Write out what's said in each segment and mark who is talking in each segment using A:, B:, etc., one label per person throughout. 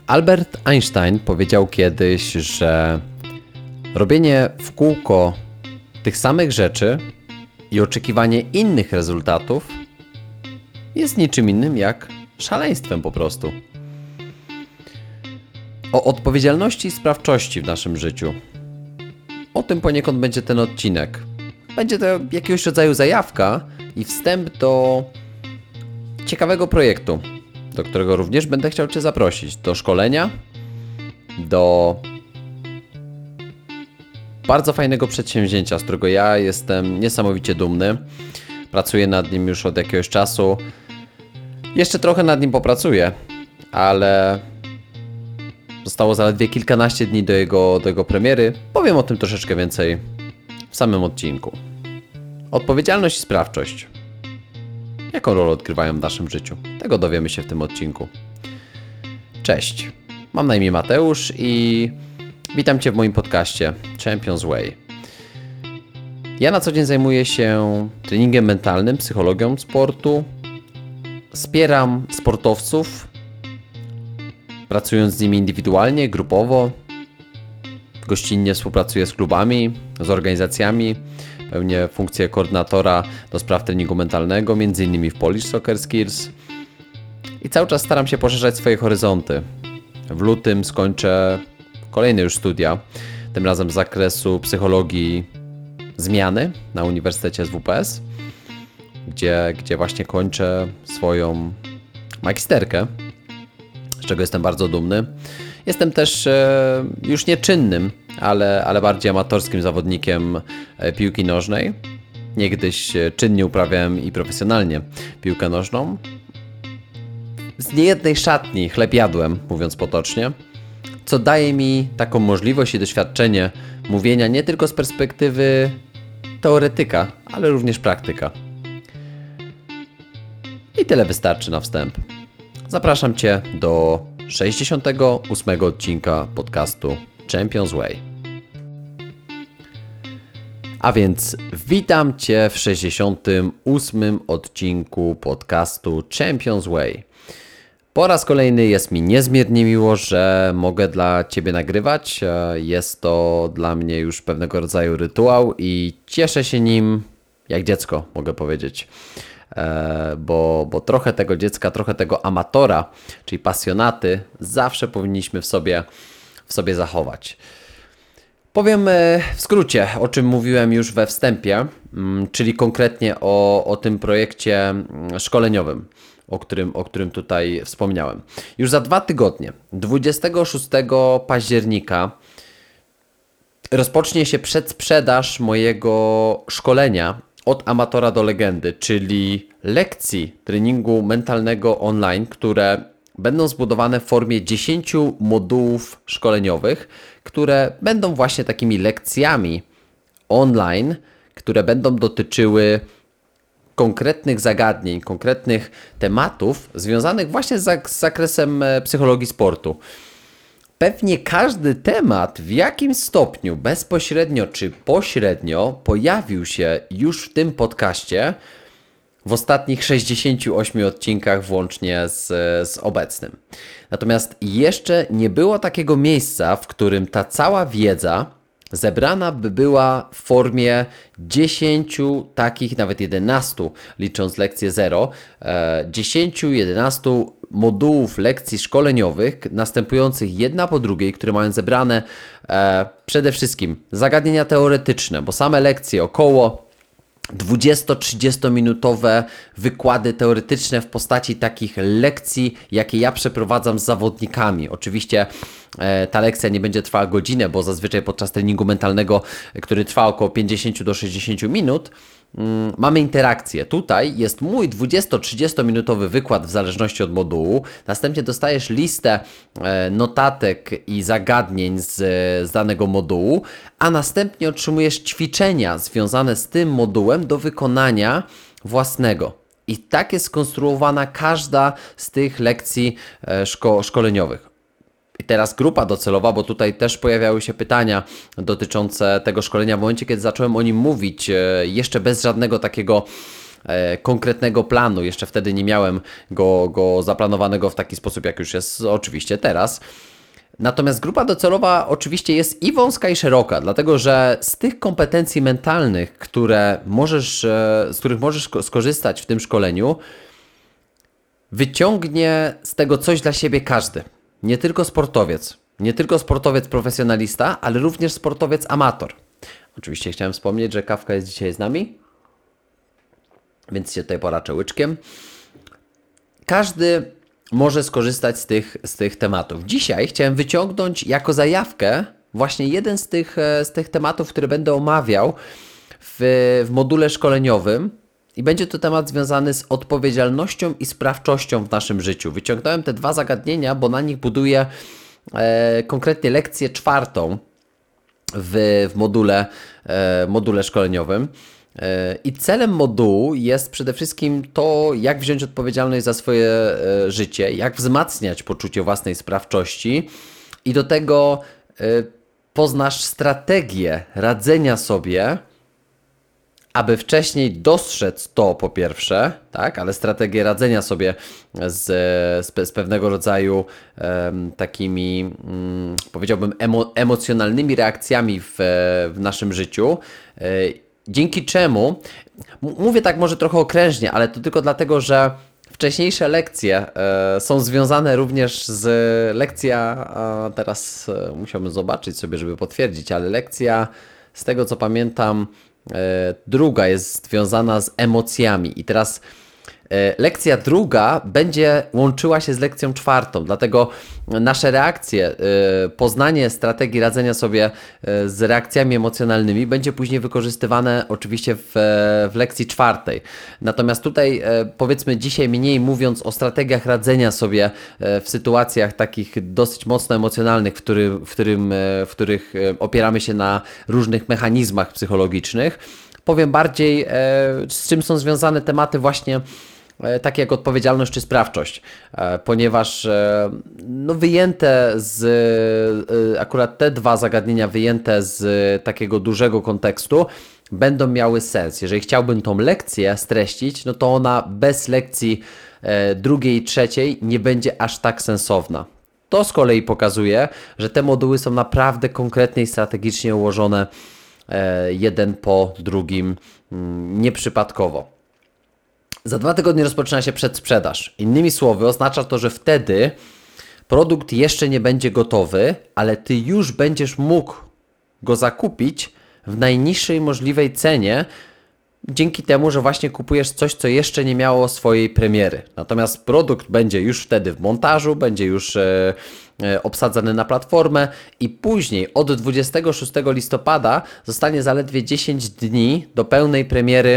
A: Albert Einstein powiedział kiedyś, że robienie w kółko tych samych rzeczy i oczekiwanie innych rezultatów jest niczym innym jak szaleństwem po prostu. O odpowiedzialności i sprawczości w naszym życiu. O tym poniekąd będzie ten odcinek. Będzie to jakiegoś rodzaju zajawka i wstęp do ciekawego projektu, do którego również będę chciał Cię zaprosić. Do szkolenia, do bardzo fajnego przedsięwzięcia, z którego ja jestem niesamowicie dumny. Pracuję nad nim już od jakiegoś czasu. Jeszcze trochę nad nim popracuję, ale zostało zaledwie kilkanaście dni do jego premiery. Powiem o tym troszeczkę więcej w samym odcinku. Odpowiedzialność i sprawczość. Jaką rolę odgrywają w naszym życiu? Tego dowiemy się w tym odcinku. Cześć, mam na imię Mateusz i witam Cię w moim podcaście Champions Way. Ja na co dzień zajmuję się treningiem mentalnym, psychologią sportu. Wspieram sportowców, pracując z nimi indywidualnie, grupowo. Gościnnie współpracuję z klubami, z organizacjami. Pełnię funkcję koordynatora do spraw treningu mentalnego, m.in. w Polish Soccer Skills. I cały czas staram się poszerzać swoje horyzonty. W lutym skończę kolejne już studia, tym razem z zakresu psychologii zmiany na Uniwersytecie SWPS, gdzie właśnie kończę swoją magisterkę, z czego jestem bardzo dumny. Jestem też już nie czynnym, ale bardziej amatorskim zawodnikiem piłki nożnej. Niegdyś czynnie uprawiałem i profesjonalnie piłkę nożną. Z niejednej szatni chleb jadłem, mówiąc potocznie, co daje mi taką możliwość i doświadczenie mówienia nie tylko z perspektywy teoretyka, ale również praktyka. I tyle wystarczy na wstęp. Zapraszam Cię do 68 odcinka podcastu Champions Way. A więc witam Cię w 68 odcinku podcastu Champions Way. Po raz kolejny jest mi niezmiernie miło, że mogę dla Ciebie nagrywać. Jest to dla mnie już pewnego rodzaju rytuał i cieszę się nim jak dziecko, mogę powiedzieć. Bo trochę tego dziecka, trochę tego amatora, czyli pasjonaty, zawsze powinniśmy w sobie zachować. Powiem w skrócie, o czym mówiłem już we wstępie, czyli konkretnie o tym projekcie szkoleniowym, o którym tutaj wspomniałem. Już za 2 tygodnie, 26 października, rozpocznie się przedsprzedaż mojego szkolenia od amatora do legendy, czyli lekcji treningu mentalnego online, które będą zbudowane w formie 10 modułów szkoleniowych, które będą właśnie takimi lekcjami online, które będą dotyczyły konkretnych zagadnień, konkretnych tematów związanych właśnie z zakresem psychologii sportu. Pewnie każdy temat w jakimś stopniu, bezpośrednio czy pośrednio, pojawił się już w tym podcaście w ostatnich 68 odcinkach włącznie z obecnym. Natomiast jeszcze nie było takiego miejsca, w którym ta cała wiedza zebrana by była w formie 10 takich, nawet 11, licząc lekcję 0, 10-11 modułów lekcji szkoleniowych, następujących jedna po drugiej, które mają zebrane przede wszystkim zagadnienia teoretyczne, bo same lekcje około 20-30 minutowe wykłady teoretyczne w postaci takich lekcji, jakie ja przeprowadzam z zawodnikami. Oczywiście ta lekcja nie będzie trwała godzinę, bo zazwyczaj podczas treningu mentalnego, który trwa około 50 do 60 minut, mamy interakcję. Tutaj jest mój 20-30 minutowy wykład w zależności od modułu. Następnie dostajesz listę notatek i zagadnień z danego modułu, a następnie otrzymujesz ćwiczenia związane z tym modułem do wykonania własnego. I tak jest skonstruowana każda z tych lekcji szkoleniowych. I teraz grupa docelowa, bo tutaj też pojawiały się pytania dotyczące tego szkolenia w momencie, kiedy zacząłem o nim mówić, jeszcze bez żadnego takiego konkretnego planu. Jeszcze wtedy nie miałem go zaplanowanego w taki sposób, jak już jest oczywiście teraz. Natomiast grupa docelowa oczywiście jest i wąska, i szeroka, dlatego że z tych kompetencji mentalnych, z których możesz skorzystać w tym szkoleniu, wyciągnie z tego coś dla siebie każdy. Nie tylko sportowiec, nie tylko sportowiec profesjonalista, ale również sportowiec amator. Oczywiście chciałem wspomnieć, że kawka jest dzisiaj z nami, więc się tutaj poraczę łyczkiem. Każdy może skorzystać z tych tematów. Dzisiaj chciałem wyciągnąć jako właśnie jeden z tych tematów, które będę omawiał w module szkoleniowym i będzie to temat związany z odpowiedzialnością i sprawczością w naszym życiu. Wyciągnąłem te dwa zagadnienia, bo na nich buduję konkretnie lekcję 4 w module szkoleniowym. I celem modułu jest przede wszystkim to, jak wziąć odpowiedzialność za swoje życie, jak wzmacniać poczucie własnej sprawczości i do tego poznasz strategię radzenia sobie, aby dostrzec to po pierwsze, tak, ale strategię radzenia sobie z pewnego rodzaju takimi, powiedziałbym, emocjonalnymi reakcjami w naszym życiu. Dzięki czemu, mówię tak może trochę okrężnie, ale to tylko dlatego, że wcześniejsze lekcje są związane również teraz musiałbym zobaczyć sobie, żeby potwierdzić, ale lekcja, z tego co pamiętam, druga jest związana z emocjami. I teraz lekcja druga będzie łączyła się z lekcją 4, dlatego nasze reakcje, poznanie strategii radzenia sobie z reakcjami emocjonalnymi będzie później wykorzystywane oczywiście w lekcji 4. Natomiast tutaj powiedzmy dzisiaj mniej mówiąc o strategiach radzenia sobie w sytuacjach takich dosyć mocno emocjonalnych, w których opieramy się na różnych mechanizmach psychologicznych. Powiem bardziej, z czym są związane tematy właśnie takie jak odpowiedzialność czy sprawczość, ponieważ wyjęte akurat te dwa zagadnienia wyjęte z takiego dużego kontekstu będą miały sens. Jeżeli chciałbym tą lekcję streścić, no to ona bez lekcji drugiej i trzeciej nie będzie aż tak sensowna. To z kolei pokazuje, że te moduły są naprawdę konkretnie i strategicznie ułożone jeden po drugim, nieprzypadkowo. Za 2 tygodnie rozpoczyna się przedsprzedaż. Innymi słowy, oznacza to, że wtedy produkt jeszcze nie będzie gotowy, ale Ty już będziesz mógł go zakupić w najniższej możliwej cenie, dzięki temu, że właśnie kupujesz coś, co jeszcze nie miało swojej premiery. Natomiast produkt będzie już wtedy w montażu, będzie już obsadzany na platformę i później od 26 listopada zostanie zaledwie 10 dni do pełnej premiery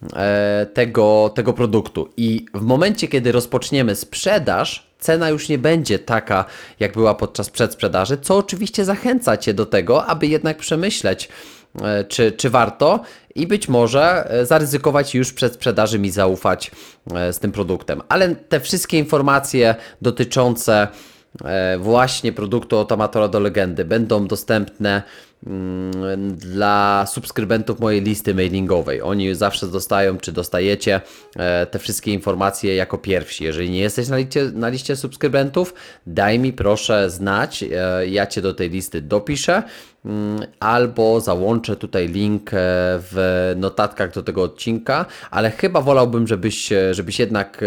A: tego produktu. I w momencie, kiedy rozpoczniemy sprzedaż, cena już nie będzie taka, jak była podczas przedsprzedaży, co oczywiście zachęca Cię do tego, aby jednak przemyśleć, czy warto i być może zaryzykować już przed sprzedaży i zaufać z tym produktem. Ale te wszystkie informacje dotyczące właśnie produktu od amatora do legendy będą dostępne dla subskrybentów mojej listy mailingowej. Oni zawsze dostają, czy dostajecie te wszystkie informacje jako pierwsi. Jeżeli nie jesteś na liście subskrybentów, daj mi proszę znać, ja Cię do tej listy dopiszę albo załączę tutaj link w notatkach do tego odcinka, ale chyba wolałbym, żebyś jednak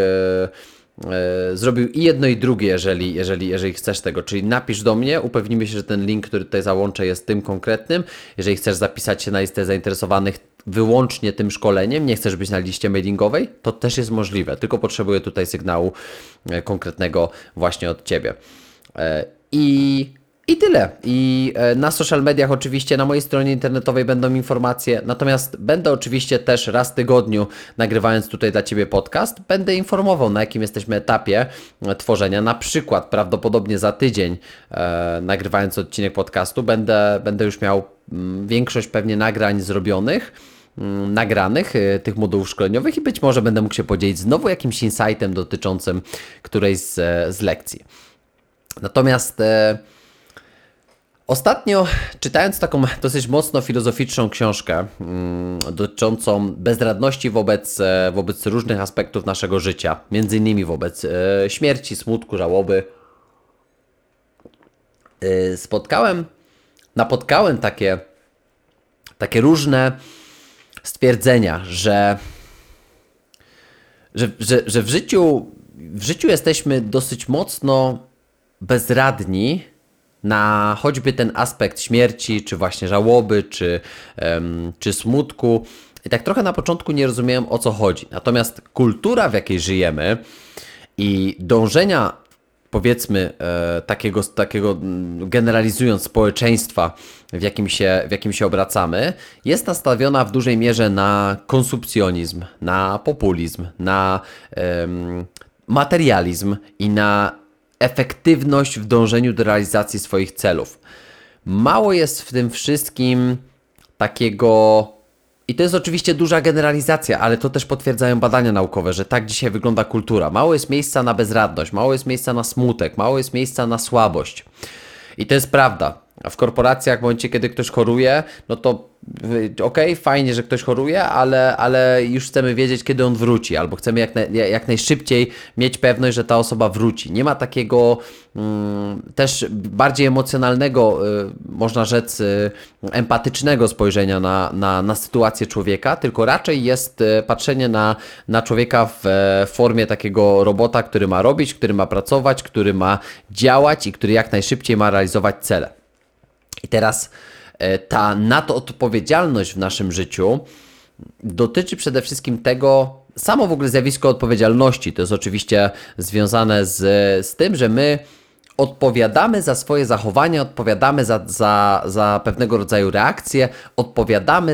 A: zrobił i jedno i drugie, jeżeli chcesz tego, czyli napisz do mnie, upewnimy się, że ten link, który tutaj załączę, jest tym konkretnym. Jeżeli chcesz zapisać się na listę zainteresowanych wyłącznie tym szkoleniem, nie chcesz być na liście mailingowej, to też jest możliwe, tylko potrzebuję tutaj sygnału konkretnego właśnie od Ciebie. I tyle. I na social mediach oczywiście, na mojej stronie internetowej będą informacje, natomiast będę oczywiście też raz w tygodniu, nagrywając tutaj dla Ciebie podcast, będę informował, na jakim jesteśmy etapie tworzenia. Na przykład prawdopodobnie za tydzień, nagrywając odcinek podcastu, będę już miał większość pewnie nagrań zrobionych, nagranych tych modułów szkoleniowych i być może będę mógł się podzielić znowu jakimś insightem dotyczącym którejś z lekcji. Natomiast Ostatnio czytając taką dosyć mocno filozoficzną książkę dotyczącą bezradności wobec różnych aspektów naszego życia, między innymi wobec śmierci, smutku, żałoby, napotkałem takie różne stwierdzenia, że w życiu jesteśmy dosyć mocno bezradni na choćby ten aspekt śmierci, czy właśnie żałoby, czy smutku. I tak trochę na początku nie rozumiałem, o co chodzi. Natomiast kultura, w jakiej żyjemy i dążenia, powiedzmy, takiego generalizując społeczeństwa, w jakim się obracamy, jest nastawiona w dużej mierze na konsumpcjonizm, na populizm, na materializm i na efektywność w dążeniu do realizacji swoich celów. Mało jest w tym wszystkim takiego, i to jest oczywiście duża generalizacja, ale to też potwierdzają badania naukowe, że tak dzisiaj wygląda kultura. Mało jest miejsca na bezradność, mało jest miejsca na smutek, mało jest miejsca na słabość. I to jest prawda. A w korporacjach w momencie, kiedy ktoś choruje, no to okej, fajnie, że ktoś choruje, ale już chcemy wiedzieć, kiedy on wróci, albo chcemy jak najszybciej mieć pewność, że ta osoba wróci. Nie ma takiego też bardziej emocjonalnego, można rzec, empatycznego spojrzenia na sytuację człowieka, tylko raczej jest patrzenie na człowieka w formie takiego robota, który ma robić, który ma pracować, który ma działać i który jak najszybciej ma realizować cele. I teraz ta nadodpowiedzialność w naszym życiu dotyczy przede wszystkim tego, samo w ogóle zjawisko odpowiedzialności. To jest oczywiście związane z tym, że my odpowiadamy za swoje zachowania, odpowiadamy za pewnego rodzaju reakcje, odpowiadamy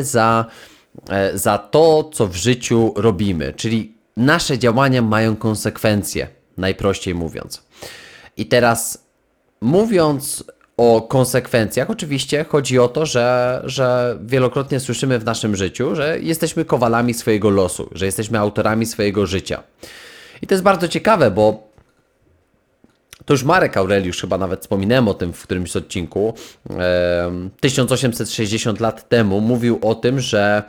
A: za to, co w życiu robimy. Czyli nasze działania mają konsekwencje, najprościej mówiąc. I teraz mówiąc o konsekwencjach, oczywiście chodzi o to, że wielokrotnie słyszymy w naszym życiu, że jesteśmy kowalami swojego losu, że jesteśmy autorami swojego życia. I to jest bardzo ciekawe, bo to już Marek Aureliusz, chyba nawet wspominałem o tym w którymś odcinku, 1860 lat temu mówił o tym, że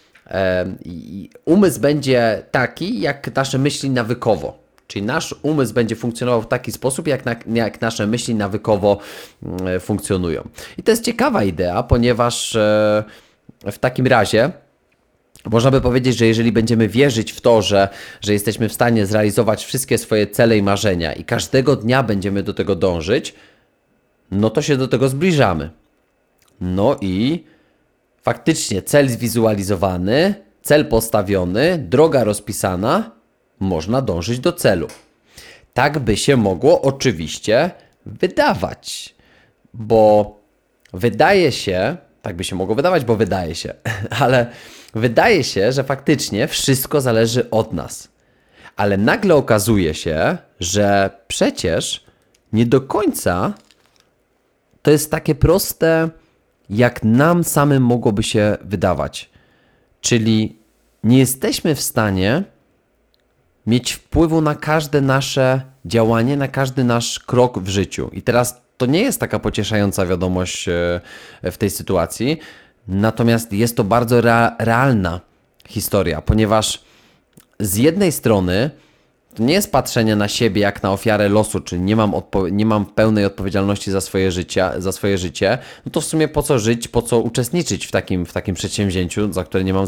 A: umysł będzie taki, jak nasze myśli nawykowo. Czyli nasz umysł będzie funkcjonował w taki sposób, jak nasze myśli nawykowo funkcjonują. I to jest ciekawa idea, ponieważ w takim razie można by powiedzieć, że jeżeli będziemy wierzyć w to, że jesteśmy w stanie zrealizować wszystkie swoje cele i marzenia i każdego dnia będziemy do tego dążyć, no to się do tego zbliżamy. No i faktycznie cel zwizualizowany, cel postawiony, droga rozpisana, można dążyć do celu. Tak by się mogło oczywiście wydawać, bo wydaje się, tak by się mogło wydawać, bo wydaje się, ale wydaje się, że faktycznie wszystko zależy od nas. Ale nagle okazuje się, że przecież nie do końca to jest takie proste, jak nam samym mogłoby się wydawać. Czyli nie jesteśmy w stanie mieć wpływu na każde nasze działanie, na każdy nasz krok w życiu. I teraz to nie jest taka pocieszająca wiadomość w tej sytuacji, natomiast jest to bardzo realna historia, ponieważ z jednej strony to nie jest patrzenie na siebie jak na ofiarę losu, czyli nie mam pełnej odpowiedzialności za swoje życie, no to w sumie po co żyć, po co uczestniczyć w takim przedsięwzięciu, na które nie mam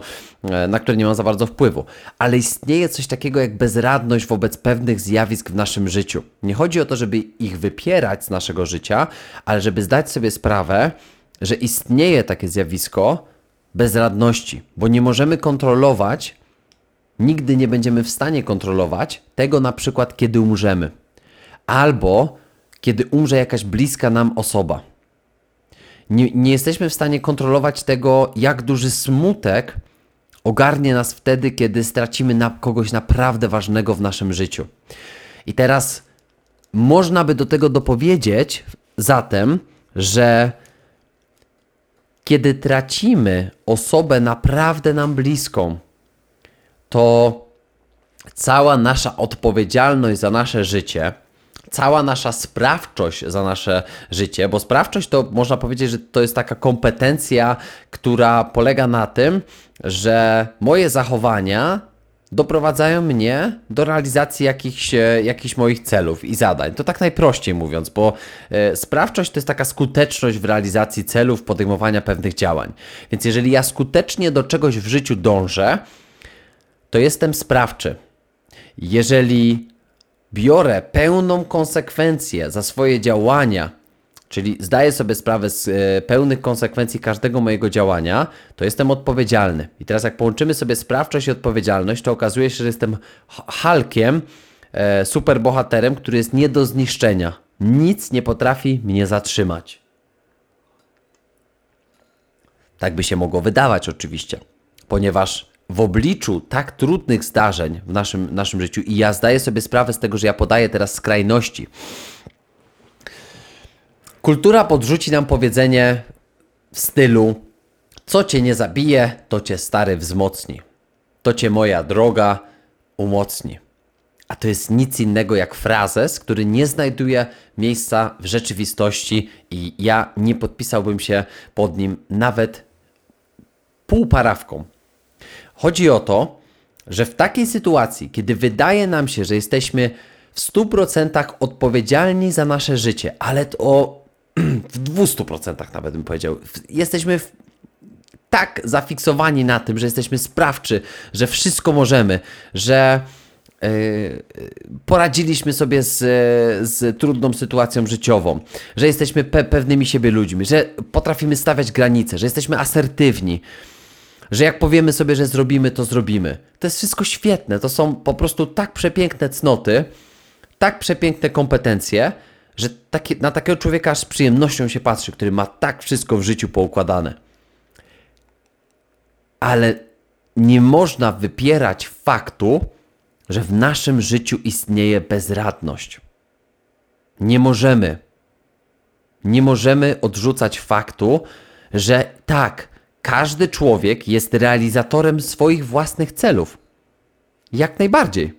A: za bardzo wpływu. Ale istnieje coś takiego jak bezradność wobec pewnych zjawisk w naszym życiu. Nie chodzi o to, żeby ich wypierać z naszego życia, ale żeby zdać sobie sprawę, że istnieje takie zjawisko bezradności, bo nie możemy kontrolować, nigdy nie będziemy w stanie kontrolować tego na przykład, kiedy umrzemy. Albo kiedy umrze jakaś bliska nam osoba. Nie jesteśmy w stanie kontrolować tego, jak duży smutek ogarnie nas wtedy, kiedy stracimy kogoś naprawdę ważnego w naszym życiu. I teraz można by do tego dopowiedzieć zatem, że kiedy tracimy osobę naprawdę nam bliską, to cała nasza odpowiedzialność za nasze życie, cała nasza sprawczość za nasze życie, bo sprawczość to można powiedzieć, że to jest taka kompetencja, która polega na tym, że moje zachowania doprowadzają mnie do realizacji jakichś moich celów i zadań. To tak najprościej mówiąc, bo sprawczość to jest taka skuteczność w realizacji celów, podejmowania pewnych działań. Więc jeżeli ja skutecznie do czegoś w życiu dążę, to jestem sprawczy. Jeżeli biorę pełną konsekwencję za swoje działania, czyli zdaję sobie sprawę z pełnych konsekwencji każdego mojego działania, to jestem odpowiedzialny. I teraz jak połączymy sobie sprawczość i odpowiedzialność, to okazuje się, że jestem Hulkiem, superbohaterem, który jest nie do zniszczenia. Nic nie potrafi mnie zatrzymać. Tak by się mogło wydawać oczywiście, ponieważ w obliczu tak trudnych zdarzeń w naszym życiu i ja zdaję sobie sprawę z tego, że ja podaję teraz skrajności. Kultura podrzuci nam powiedzenie w stylu: co cię nie zabije, to cię stary wzmocni. To cię moja droga umocni. A to jest nic innego jak frazes, który nie znajduje miejsca w rzeczywistości i ja nie podpisałbym się pod nim nawet półparawką. Chodzi o to, że w takiej sytuacji, kiedy wydaje nam się, że jesteśmy w 100% odpowiedzialni za nasze życie, ale to w 200% nawet bym powiedział, jesteśmy tak zafiksowani na tym, że jesteśmy sprawczy, że wszystko możemy, że poradziliśmy sobie z trudną sytuacją życiową, że jesteśmy pewnymi siebie ludźmi, że potrafimy stawiać granice, że jesteśmy asertywni, że jak powiemy sobie, że zrobimy, to zrobimy. To jest wszystko świetne, to są po prostu tak przepiękne cnoty, tak przepiękne kompetencje, że na takiego człowieka aż z przyjemnością się patrzy, który ma tak wszystko w życiu poukładane. Ale nie można wypierać faktu, że w naszym życiu istnieje bezradność. Nie możemy odrzucać faktu, że tak, każdy człowiek jest realizatorem swoich własnych celów. Jak najbardziej.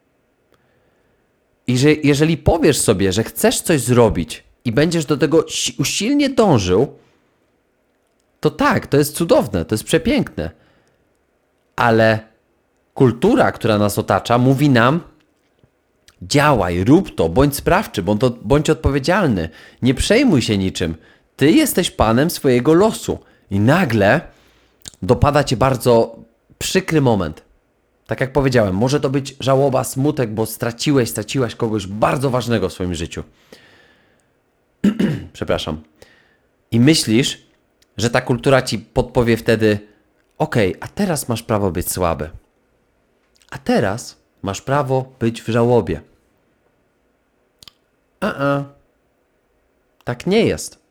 A: I że jeżeli powiesz sobie, że chcesz coś zrobić i będziesz do tego usilnie dążył, to tak, to jest cudowne, to jest przepiękne. Ale kultura, która nas otacza, mówi nam: działaj, rób to, bądź sprawczy, bądź odpowiedzialny, nie przejmuj się niczym. Ty jesteś panem swojego losu. I nagle dopada cię bardzo przykry moment. Tak jak powiedziałem, może to być żałoba, smutek, bo straciłaś kogoś bardzo ważnego w swoim życiu. Przepraszam. I myślisz, że ta kultura ci podpowie wtedy: okej, a teraz masz prawo być słaby. A teraz masz prawo być w żałobie. Tak nie jest.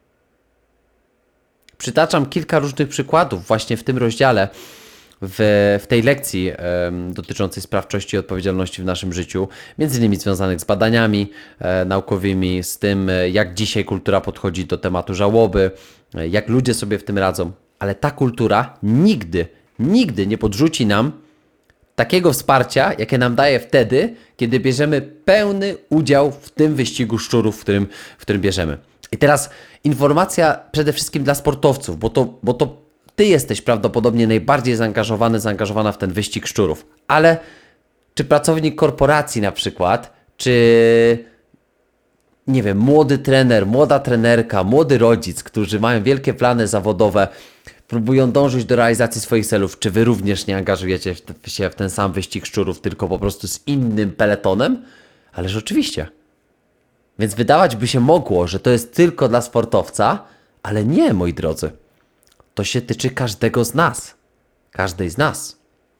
A: Przytaczam kilka różnych przykładów właśnie w tym rozdziale, w tej lekcji dotyczącej sprawczości i odpowiedzialności w naszym życiu, między innymi związanych z badaniami naukowymi, z tym, jak dzisiaj kultura podchodzi do tematu żałoby, jak ludzie sobie w tym radzą, ale ta kultura nigdy nie podrzuci nam takiego wsparcia, jakie nam daje wtedy, kiedy bierzemy pełny udział w tym wyścigu szczurów, w którym bierzemy. I teraz informacja przede wszystkim dla sportowców, bo to ty jesteś prawdopodobnie najbardziej zaangażowana w ten wyścig szczurów. Ale czy pracownik korporacji na przykład, czy nie wiem, młody trener, młoda trenerka, młody rodzic, którzy mają wielkie plany zawodowe, próbują dążyć do realizacji swoich celów, czy wy również nie angażujecie się w ten sam wyścig szczurów, tylko po prostu z innym peletonem? Ależ oczywiście. Więc wydawać by się mogło, że to jest tylko dla sportowca, ale nie, moi drodzy. To się tyczy każdego z nas. Każdej z nas.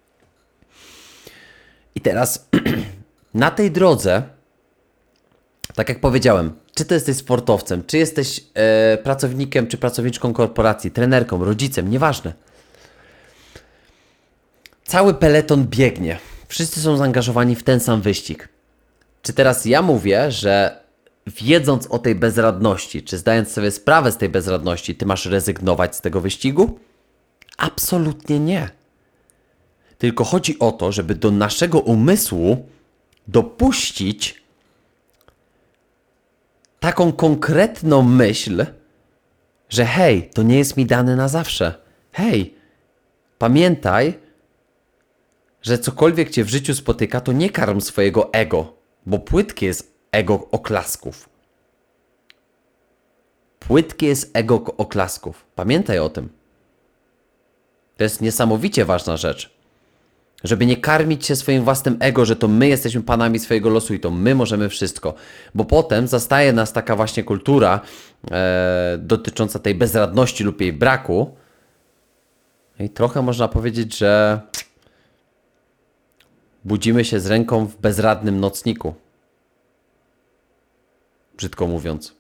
A: I teraz na tej drodze, tak jak powiedziałem, czy to jesteś sportowcem, czy jesteś pracownikiem, czy pracowniczką korporacji, trenerką, rodzicem, nieważne. Cały peleton biegnie. Wszyscy są zaangażowani w ten sam wyścig. Czy teraz ja mówię, że wiedząc o tej bezradności, czy zdając sobie sprawę z tej bezradności, ty masz rezygnować z tego wyścigu? Absolutnie nie. Tylko chodzi o to, żeby do naszego umysłu dopuścić taką konkretną myśl, że hej, to nie jest mi dane na zawsze. Hej, pamiętaj, że cokolwiek cię w życiu spotyka, to nie karm swojego ego, bo płytkie jest ego oklasków. Płytkie jest ego oklasków. Pamiętaj o tym. To jest niesamowicie ważna rzecz. Żeby nie karmić się swoim własnym ego, że to my jesteśmy panami swojego losu i to my możemy wszystko. Bo potem zastaje nas taka właśnie kultura dotycząca tej bezradności lub jej braku. I trochę można powiedzieć, że budzimy się z ręką w bezradnym nocniku. Brzydko mówiąc.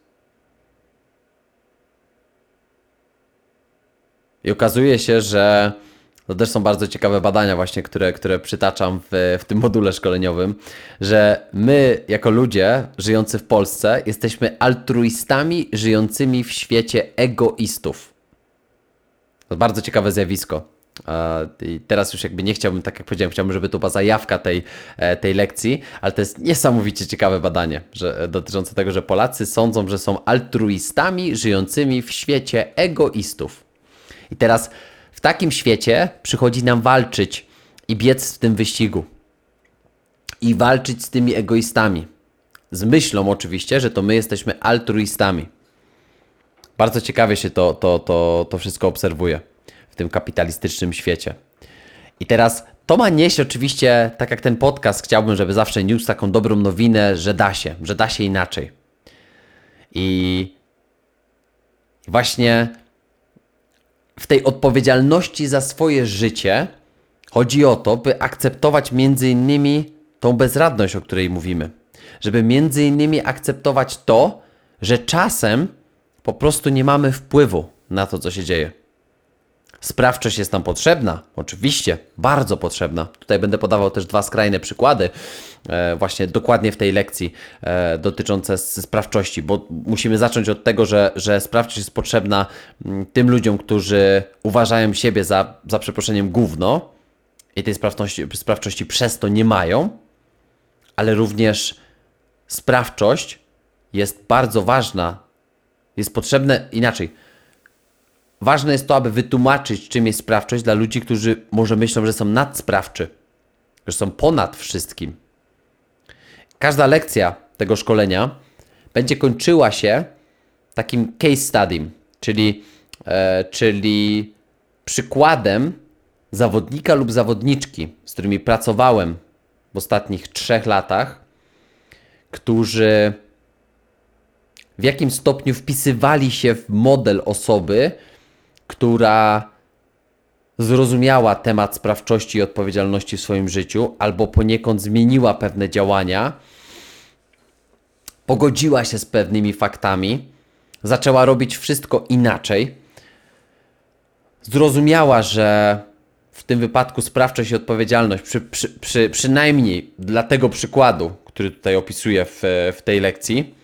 A: I okazuje się, że to też są bardzo ciekawe badania właśnie, które przytaczam w tym module szkoleniowym, że my jako ludzie żyjący w Polsce jesteśmy altruistami żyjącymi w świecie egoistów. To bardzo ciekawe zjawisko. I teraz już jakby nie chciałbym, tak jak powiedziałem, chciałbym, żeby to była zajawka tej lekcji, ale to jest niesamowicie ciekawe badanie, dotyczące tego, że Polacy sądzą, że są altruistami żyjącymi w świecie egoistów. I teraz w takim świecie przychodzi nam walczyć i biec w tym wyścigu. I walczyć z tymi egoistami. Z myślą oczywiście, że to my jesteśmy altruistami. Bardzo ciekawie się to wszystko obserwuje w tym kapitalistycznym świecie. I teraz to ma nieść oczywiście, tak jak ten podcast, chciałbym, żeby zawsze niósł taką dobrą nowinę, że da się inaczej. I właśnie w tej odpowiedzialności za swoje życie chodzi o to, by akceptować między innymi tą bezradność, o której mówimy. Żeby między innymi akceptować to, że czasem po prostu nie mamy wpływu na to, co się dzieje. Sprawczość jest nam potrzebna, oczywiście, bardzo potrzebna. Tutaj będę podawał też 2 skrajne przykłady, właśnie dokładnie w tej lekcji dotyczące sprawczości, bo musimy zacząć od tego, że sprawczość jest potrzebna tym ludziom, którzy uważają siebie za przeproszeniem gówno i tej sprawczości przez to nie mają, ale również sprawczość jest bardzo ważna, jest potrzebne inaczej. Ważne jest to, aby wytłumaczyć, czym jest sprawczość dla ludzi, którzy może myślą, że są nadsprawczy, że są ponad wszystkim. Każda lekcja tego szkolenia będzie kończyła się takim case study, czyli przykładem zawodnika lub zawodniczki, z którymi pracowałem w ostatnich 3 latach, którzy w jakim stopniu wpisywali się w model osoby, która zrozumiała temat sprawczości i odpowiedzialności w swoim życiu, albo poniekąd zmieniła pewne działania, pogodziła się z pewnymi faktami, zaczęła robić wszystko inaczej, zrozumiała, że w tym wypadku sprawczość i odpowiedzialność, przynajmniej dla tego przykładu, który tutaj opisuję w tej lekcji,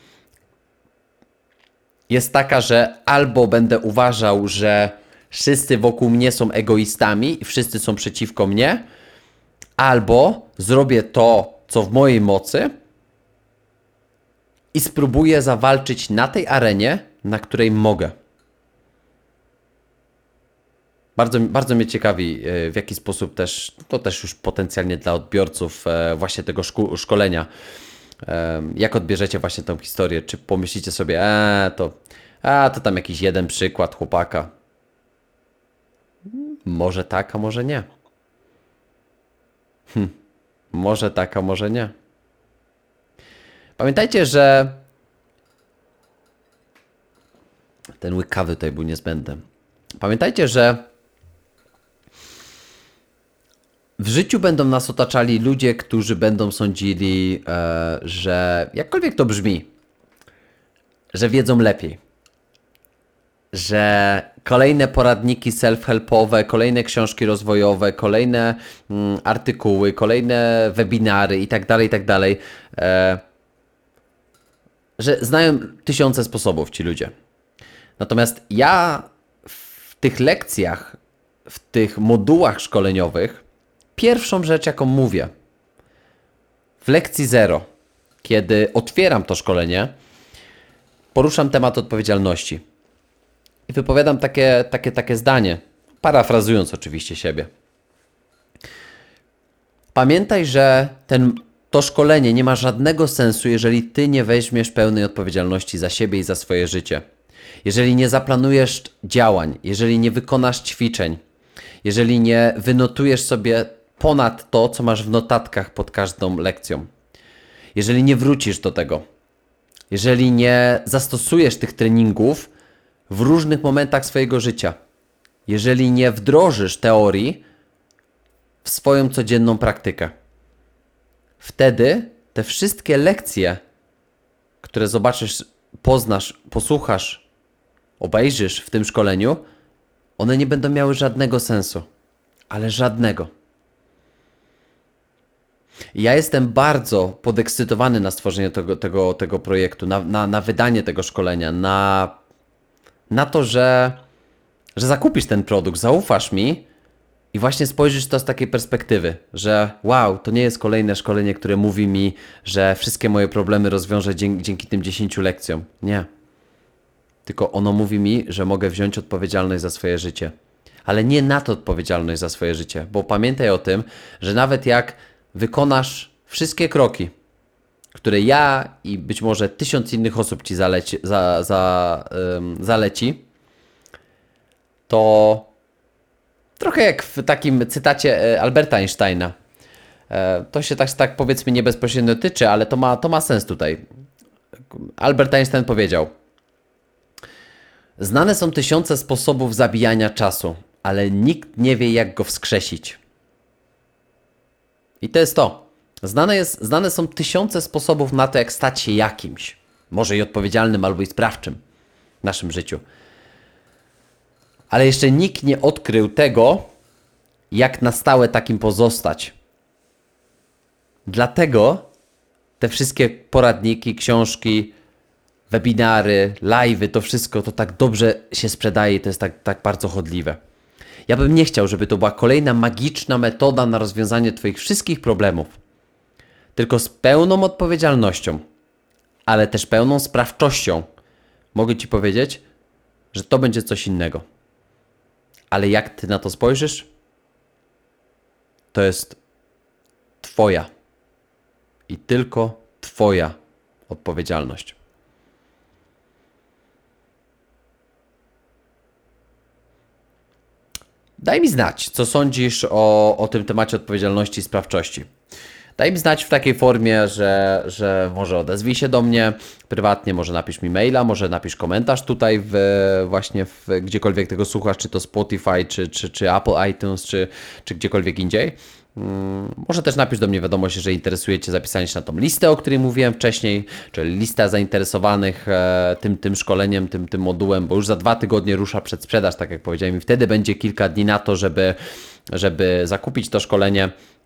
A: jest taka, że albo będę uważał, że wszyscy wokół mnie są egoistami i wszyscy są przeciwko mnie, albo zrobię to, co w mojej mocy i spróbuję zawalczyć na tej arenie, na której mogę. Bardzo mnie ciekawi, w jaki sposób też, to też już potencjalnie dla odbiorców właśnie tego szkolenia, jak odbierzecie właśnie tą historię, czy pomyślicie sobie, to tam jakiś jeden przykład chłopaka. Może tak, a może nie. Może tak, a może nie. Pamiętajcie, że ten łyk kawy tutaj był niezbędny. Pamiętajcie, że w życiu będą nas otaczali ludzie, którzy będą sądzili, że jakkolwiek to brzmi, że wiedzą lepiej. Że kolejne poradniki self-helpowe, kolejne książki rozwojowe, kolejne artykuły, kolejne webinary itd., że znają tysiące sposobów ci ludzie. Natomiast ja w tych lekcjach, w tych modułach szkoleniowych, pierwszą rzecz, jaką mówię, w lekcji 0, kiedy otwieram to szkolenie, poruszam temat odpowiedzialności i wypowiadam takie zdanie, parafrazując oczywiście siebie. Pamiętaj, że to szkolenie nie ma żadnego sensu, jeżeli ty nie weźmiesz pełnej odpowiedzialności za siebie i za swoje życie. Jeżeli nie zaplanujesz działań, jeżeli nie wykonasz ćwiczeń, jeżeli nie wynotujesz sobie ponad to, co masz w notatkach pod każdą lekcją. Jeżeli nie wrócisz do tego, jeżeli nie zastosujesz tych treningów w różnych momentach swojego życia, jeżeli nie wdrożysz teorii w swoją codzienną praktykę, wtedy te wszystkie lekcje, które zobaczysz, poznasz, posłuchasz, obejrzysz w tym szkoleniu, one nie będą miały żadnego sensu, ale żadnego. Ja jestem bardzo podekscytowany na stworzenie tego projektu, na wydanie tego szkolenia, na to, że zakupisz ten produkt, zaufasz mi i właśnie spojrzysz to z takiej perspektywy, że wow, to nie jest kolejne szkolenie, które mówi mi, że wszystkie moje problemy rozwiążę dzięki tym 10 lekcjom. Nie. Tylko ono mówi mi, że mogę wziąć odpowiedzialność za swoje życie. Ale nie na to odpowiedzialność za swoje życie, bo pamiętaj o tym, że nawet jak wykonasz wszystkie kroki, które ja i być może 1000 innych osób ci zaleci, to trochę jak w takim cytacie Alberta Einsteina. To się tak powiedzmy nie bezpośrednio tyczy, ale to ma sens tutaj. Albert Einstein powiedział: znane są tysiące sposobów zabijania czasu, ale nikt nie wie, jak go wskrzesić. I to jest to. Znane są tysiące sposobów na to, jak stać się jakimś. Może i odpowiedzialnym, albo i sprawczym w naszym życiu. Ale jeszcze nikt nie odkrył tego, jak na stałe takim pozostać. Dlatego te wszystkie poradniki, książki, webinary, live'y, to wszystko to tak dobrze się sprzedaje i to jest tak bardzo chodliwe. Ja bym nie chciał, żeby to była kolejna magiczna metoda na rozwiązanie twoich wszystkich problemów. Tylko z pełną odpowiedzialnością, ale też pełną sprawczością mogę ci powiedzieć, że to będzie coś innego. Ale jak ty na to spojrzysz, to jest twoja i tylko twoja odpowiedzialność. Daj mi znać, co sądzisz o tym temacie odpowiedzialności i sprawczości. Daj mi znać w takiej formie, że może odezwij się do mnie prywatnie, może napisz mi maila, może napisz komentarz tutaj właśnie gdziekolwiek tego słuchasz, czy to Spotify, czy Apple iTunes, czy gdziekolwiek indziej. Może też napisz do mnie wiadomość, że interesuje cię zapisanie się na tą listę, o której mówiłem wcześniej, czyli lista zainteresowanych tym szkoleniem, tym modułem, bo już za 2 tygodnie rusza przedsprzedaż, tak jak powiedziałem, i wtedy będzie kilka dni na to, żeby zakupić to szkolenie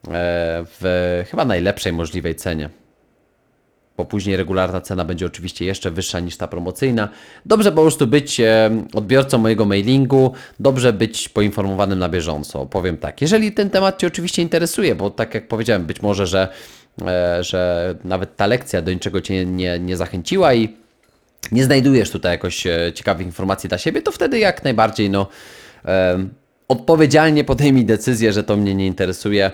A: w chyba najlepszej możliwej cenie. Bo później regularna cena będzie oczywiście jeszcze wyższa niż ta promocyjna. Dobrze po prostu być odbiorcą mojego mailingu, dobrze być poinformowanym na bieżąco. Powiem tak, jeżeli ten temat cię oczywiście interesuje, bo tak jak powiedziałem, być może, że nawet ta lekcja do niczego cię nie zachęciła i nie znajdujesz tutaj jakoś ciekawych informacji dla siebie, to wtedy jak najbardziej odpowiedzialnie podejmij decyzję, że to mnie nie interesuje.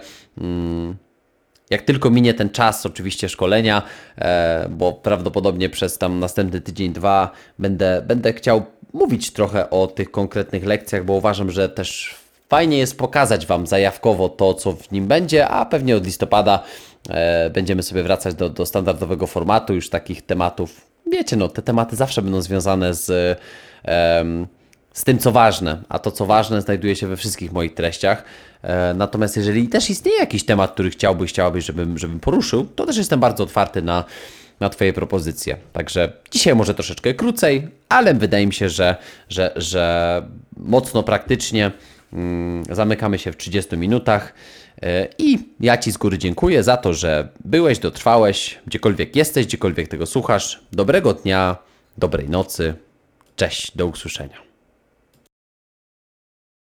A: Jak tylko minie ten czas oczywiście szkolenia, bo prawdopodobnie przez tam następny tydzień, 2 będę chciał mówić trochę o tych konkretnych lekcjach, bo uważam, że też fajnie jest pokazać Wam zajawkowo to, co w nim będzie, a pewnie od listopada będziemy sobie wracać do standardowego formatu już takich tematów. Wiecie, te tematy zawsze będą związane z tym, co ważne, a to, co ważne, znajduje się we wszystkich moich treściach. Natomiast jeżeli też istnieje jakiś temat, który chciałabyś, żebym poruszył, to też jestem bardzo otwarty na Twoje propozycje. Także dzisiaj może troszeczkę krócej, ale wydaje mi się, że mocno praktycznie zamykamy się w 30 minutach. I ja Ci z góry dziękuję za to, że byłeś, dotrwałeś, gdziekolwiek jesteś, gdziekolwiek tego słuchasz. Dobrego dnia, dobrej nocy. Cześć, do usłyszenia.